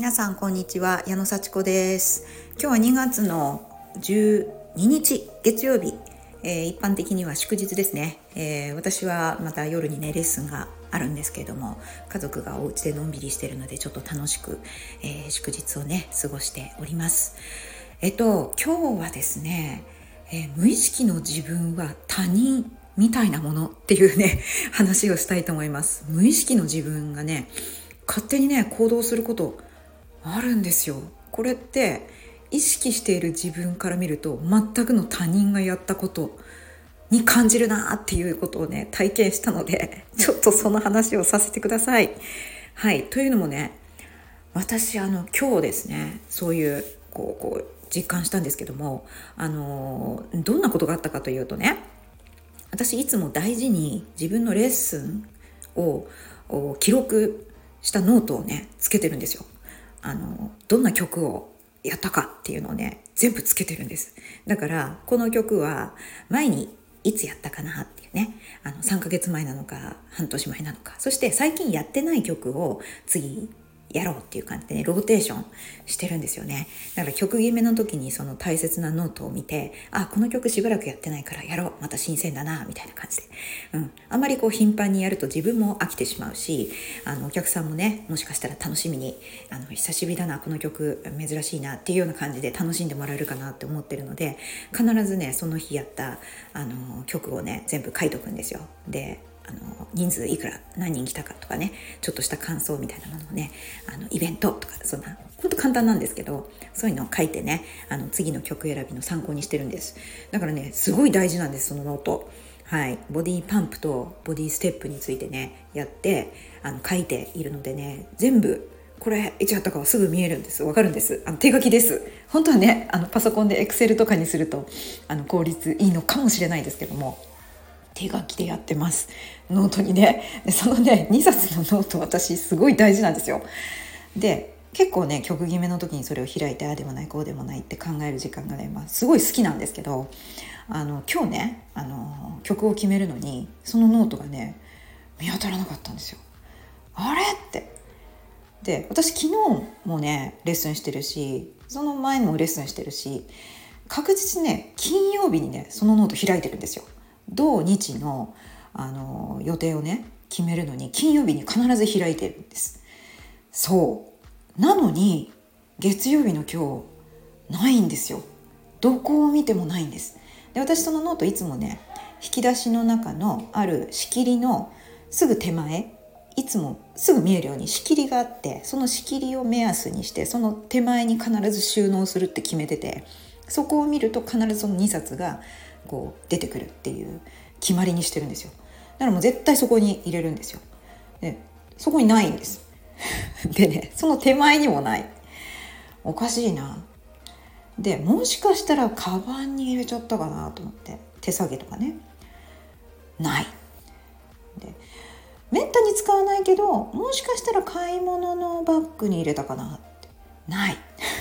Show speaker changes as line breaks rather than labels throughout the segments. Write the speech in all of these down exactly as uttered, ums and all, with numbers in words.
皆さんこんにちは、矢野幸子です。今日はにがつのじゅうににち月曜日、えー、一般的には祝日ですね、えー、私はまた夜にねレッスンがあるんですけれども、家族がお家でのんびりしているのでちょっと楽しく、えー、祝日をね過ごしております。えっと今日はですね、えー、無意識の自分は他人みたいなものっていうね話をしたいと思います。無意識の自分がね勝手にね行動することあるんですよ。これって意識している自分から見ると全くの他人がやったことに感じるなっていうことをね体験したので、ちょっとその話をさせてください。はい、というのもね、私あの今日ですねそういうこうこう実感したんですけども、あのどんなことがあったかというとね、私いつも大事に自分のレッスンを記録したノートをねつけてるんですよ。あのどんな曲をやったかっていうのをね全部つけてるんです。だからこの曲は前にいつやったかなっていうね、あのさんかげつまえなのか半年前なのか、そして最近やってない曲を次やろうっていう感じでねローテーションしてるんですよね。だから曲決めの時にその大切なノートを見て、あ、この曲しばらくやってないからやろう、また新鮮だなみたいな感じで、うん、あんまりこう頻繁にやると自分も飽きてしまうし、あのお客さんもねもしかしたら楽しみに、あの久しぶりだなこの曲珍しいなっていうような感じで楽しんでもらえるかなって思ってるので、必ずねその日やったあの曲をね全部書いとくんですよ。であの人数いくら何人来たかとかね、ちょっとした感想みたいなものをね、あのイベントとかそんな本当簡単なんですけど、そういうのを書いてね、あの次の曲選びの参考にしてるんです。だからねすごい大事なんです、そのノート。はい、ボディパンプとボディステップについてねやってあの書いているのでね、全部これいつやったかはすぐ見えるんです、わかるんです。あの手書きです。本当はねあのパソコンでエクセルとかにするとあの効率いいのかもしれないですけども、手書きでやってます、ノートにね。でそのねにさつのノート私すごい大事なんですよ。で結構ね曲決めの時にそれを開いて、ああでもないこうでもないって考える時間がね、まあ、すごい好きなんですけど、あの今日ねあの曲を決めるのにそのノートがね見当たらなかったんですよ。あれって。で私昨日もねレッスンしてるし、その前もレッスンしてるし、確実にね金曜日にねそのノート開いてるんですよ。土日の、あの予定をね決めるのに金曜日に必ず開いてるんです。そうなのに月曜日の今日ないんですよ。どこを見てもないんです。で私そのノートいつもね引き出しの中のある仕切りのすぐ手前、いつもすぐ見えるように仕切りがあって、その仕切りを目安にしてその手前に必ず収納するって決めてて、そこを見ると必ずそのにさつがこう出てくるっていう決まりにしてるんですよ。だからもう絶対そこに入れるんですよ。でそこにないんですでねその手前にもない。おかしいな。でもしかしたらカバンに入れちゃったかなと思って、手提げとかね、ない。でめったに使わないけどもしかしたら買い物のバッグに入れたかなって、ない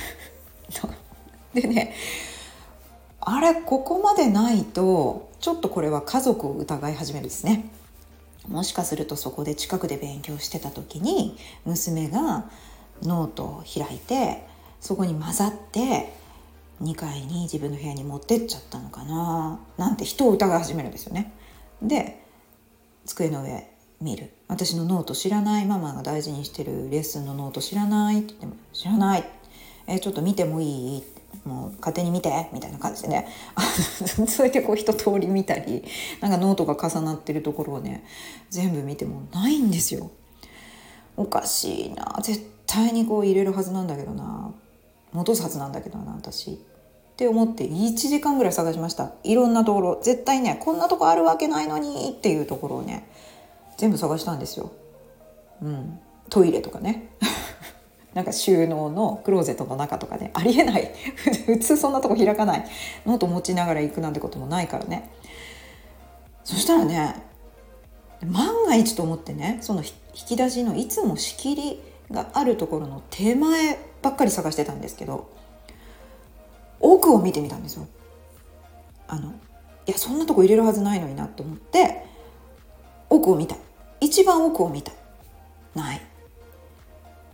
でね、あれここまでないとちょっとこれは家族を疑い始めるんですね。もしかするとそこで近くで勉強してた時に娘がノートを開いてそこに混ざってにかいに自分の部屋に持ってっちゃったのかななんて人を疑い始めるんですよね。で机の上見る。私のノート知らない、ママが大事にしてるレッスンのノート知らないって言っても、知らない、えちょっと見てもいい、もう勝手に見てみたいな感じでねそうやってこう一通り見たり、なんかノートが重なってるところをね全部見てもないんですよ。おかしいな、絶対にこう入れるはずなんだけどな、戻すはずなんだけどな私って思っていちじかんぐらい探しました。いろんなところ、絶対ねこんなとこあるわけないのにっていうところをね全部探したんですよ。うん、トイレとかねなんか収納のクローゼットの中とかね、ありえない普通そんなとこ開かない、ノート持ちながら行くなんてこともないからね。そしたらね万が一と思ってね、その引き出しのいつも仕切りがあるところの手前ばっかり探してたんですけど、奥を見てみたんですよ。あのいやそんなとこ入れるはずないのになと思って奥を見た。一番奥を見た。ない。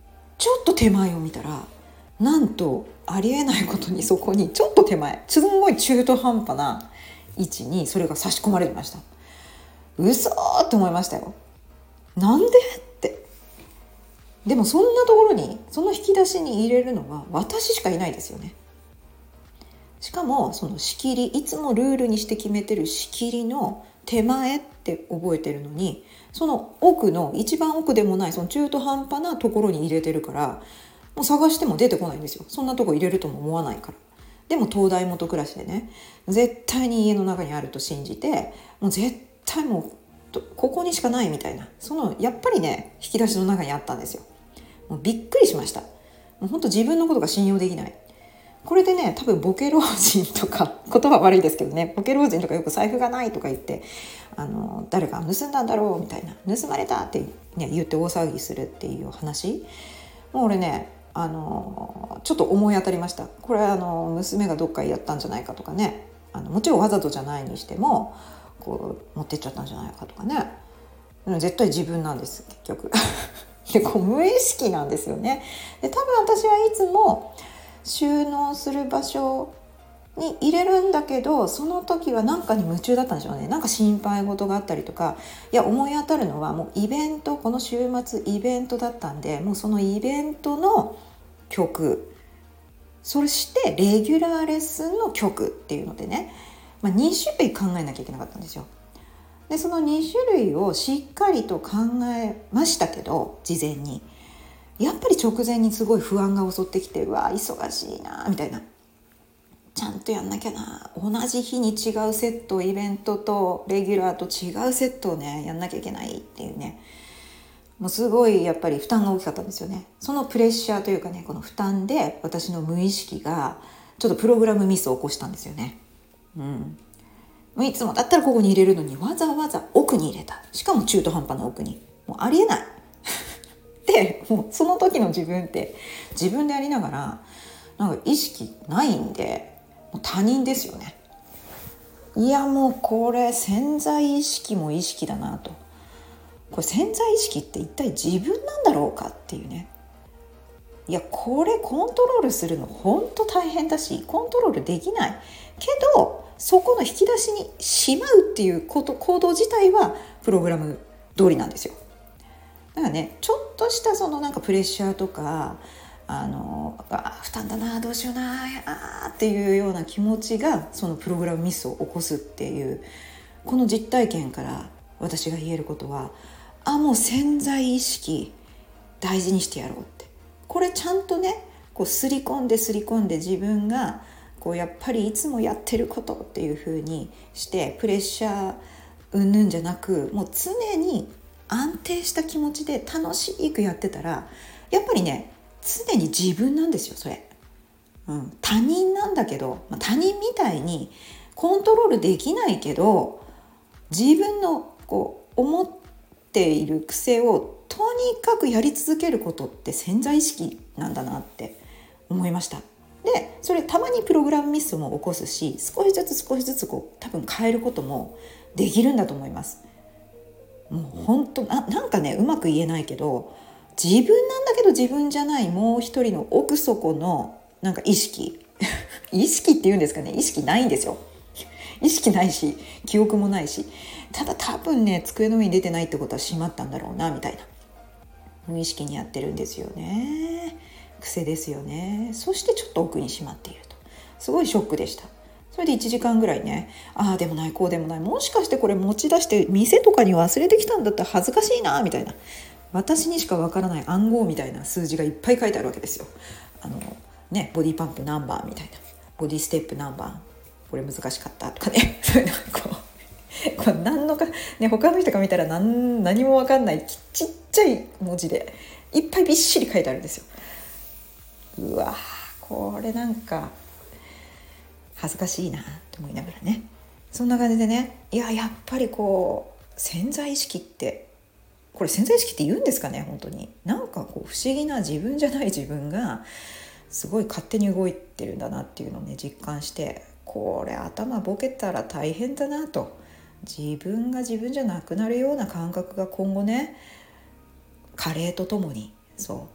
ちょっと手前を見たら、なんとありえないことにそこにちょっと手前、すごい中途半端な位置にそれが差し込まれてました。嘘ーって思いましたよ。なんでって。でもそんなところに、その引き出しに入れるのは私しかいないですよね。しかもその仕切り、いつもルールにして決めてる仕切りの手前って覚えてるのに、その奥の一番奥でもないその中途半端なところに入れてるから、もう探しても出てこないんですよ。そんなとこ入れるとも思わないから。でも東大元暮らしでね、絶対に家の中にあると信じて、もう絶対もうここにしかないみたいな、そのやっぱりね引き出しの中にあったんですよ。もうびっくりしました。もう本当自分のことが信用できない。これでね、多分ボケ老人とか、言葉悪いですけどね、ボケ老人とかよく財布がないとか言って、あの誰か盗んだんだろうみたいな、盗まれたって、ね、言って大騒ぎするっていう話、もう俺ね、あのちょっと思い当たりました。これはあの娘がどっかやったんじゃないかとかね、あのもちろんわざとじゃないにしてもこう持ってっちゃったんじゃないかとかね、絶対自分なんです結局でこう無意識なんですよね。で多分私はいつも収納する場所に入れるんだけど、その時は何かに夢中だったんでしょうね。なんか心配事があったりとか、いや思い当たるのはもうイベント、この週末イベントだったんで、もうそのイベントの曲、そしてレギュラーレッスンの曲っていうのでね、まあ、に種類考えなきゃいけなかったんですよ。でそのに種類をしっかりと考えましたけど、事前にやっぱり直前にすごい不安が襲ってきて、うわ忙しいなみたいな、ちゃんとやんなきゃな、同じ日に違うセット、イベントとレギュラーと違うセットをねやんなきゃいけないっていうね、もうすごいやっぱり負担が大きかったんですよね。そのプレッシャーというかね、この負担で私の無意識がちょっとプログラムミスを起こしたんですよね。うん、いつもだったらここに入れるのにわざわざ奥に入れた。しかも中途半端な奥に。もうありえないでもうその時の自分って自分でやりながらなんか意識ないんで、もう他人ですよね。いやもうこれ潜在意識も意識だなと。これ潜在意識って一体自分なんだろうかっていうね。いやこれコントロールするの本当大変だし、コントロールできないけど、そこの引き出しにしまうっていうこと、行動自体はプログラム通りなんですよ。だからね、ちょっとしたそのなんかプレッシャーとか、あのあ負担だな、どうしようなあっていうような気持ちがそのプログラムミスを起こすっていう、この実体験から私が言えることは、あもう潜在意識大事にしてやろうって、これちゃんとねこうすり込んですり込んで、自分がこうやっぱりいつもやってることっていう風にしてプレッシャーうんぬんじゃなく、もう常に安定した気持ちで楽しくやってたら、やっぱりね常に自分なんですよそれ、うん、他人なんだけど、まあ、他人みたいにコントロールできないけど、自分のこう思っている癖をとにかくやり続けることって潜在意識なんだなって思いました。でそれたまにプログラムミスも起こすし、少しずつ少しずつこう多分変えることもできるんだと思います。もう本当 な, なんかねうまく言えないけど、自分なんだけど自分じゃないもう一人の奥底のなんか意識意識っていうんですかね、意識ないんですよ。意識ないし記憶もないし、ただ多分ね机の上に出てないってことはしまったんだろうなみたいな、無意識にやってるんですよね。癖ですよね。そしてちょっと奥にしまっていると、すごいショックでした。それでいちじかんぐらいね、ああでもないこうでもない、もしかしてこれ持ち出して店とかに忘れてきたんだったら恥ずかしいなみたいな、私にしかわからない暗号みたいな数字がいっぱい書いてあるわけですよ。あのね、ボディパンプ何番みたいな、ボディステップ何番、これ難しかったとかね、そういうのこうこう何のか、ね、他の人が見たら 何, 何も分かんないちっちゃい文字でいっぱいびっしり書いてあるんですよ。うわこれなんか恥ずかしいなと思いながらね、そんな感じでね、いややっぱりこう潜在意識って、これ潜在意識って言うんですかね、本当になんかこう不思議な自分じゃない自分がすごい勝手に動いてるんだなっていうのをね実感して、これ頭ボケたら大変だなと、自分が自分じゃなくなるような感覚が今後ね加齢とともにそう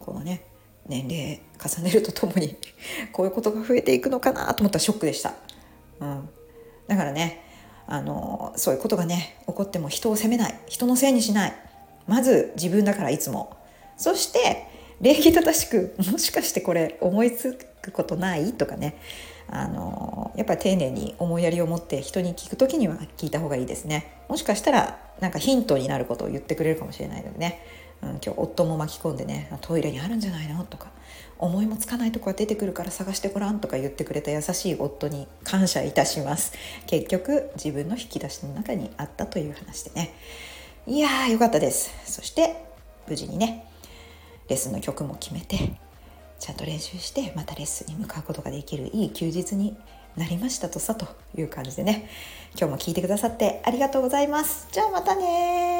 こうね、年齢重ねるとともにこういうことが増えていくのかなと思ったらショックでした、うん、だからね、あのそういうことがね起こっても人を責めない、人のせいにしない、まず自分だからいつも、そして礼儀正しく、もしかしてこれ思いつくことないとかね、あのやっぱり丁寧に思いやりを持って人に聞くときには聞いた方がいいですね。もしかしたらなんかヒントになることを言ってくれるかもしれないのでね、うん、今日夫も巻き込んでね、トイレにあるんじゃないのとか、思いもつかないとこが出てくるから探してごらんとか言ってくれた優しい夫に感謝いたします。結局自分の引き出しの中にあったという話でね、いやーよかったです。そして無事にねレッスンの曲も決めてちゃんと練習してまたレッスンに向かうことができるいい休日になりましたとさという感じでね、今日も聞いてくださってありがとうございます。じゃあまたね。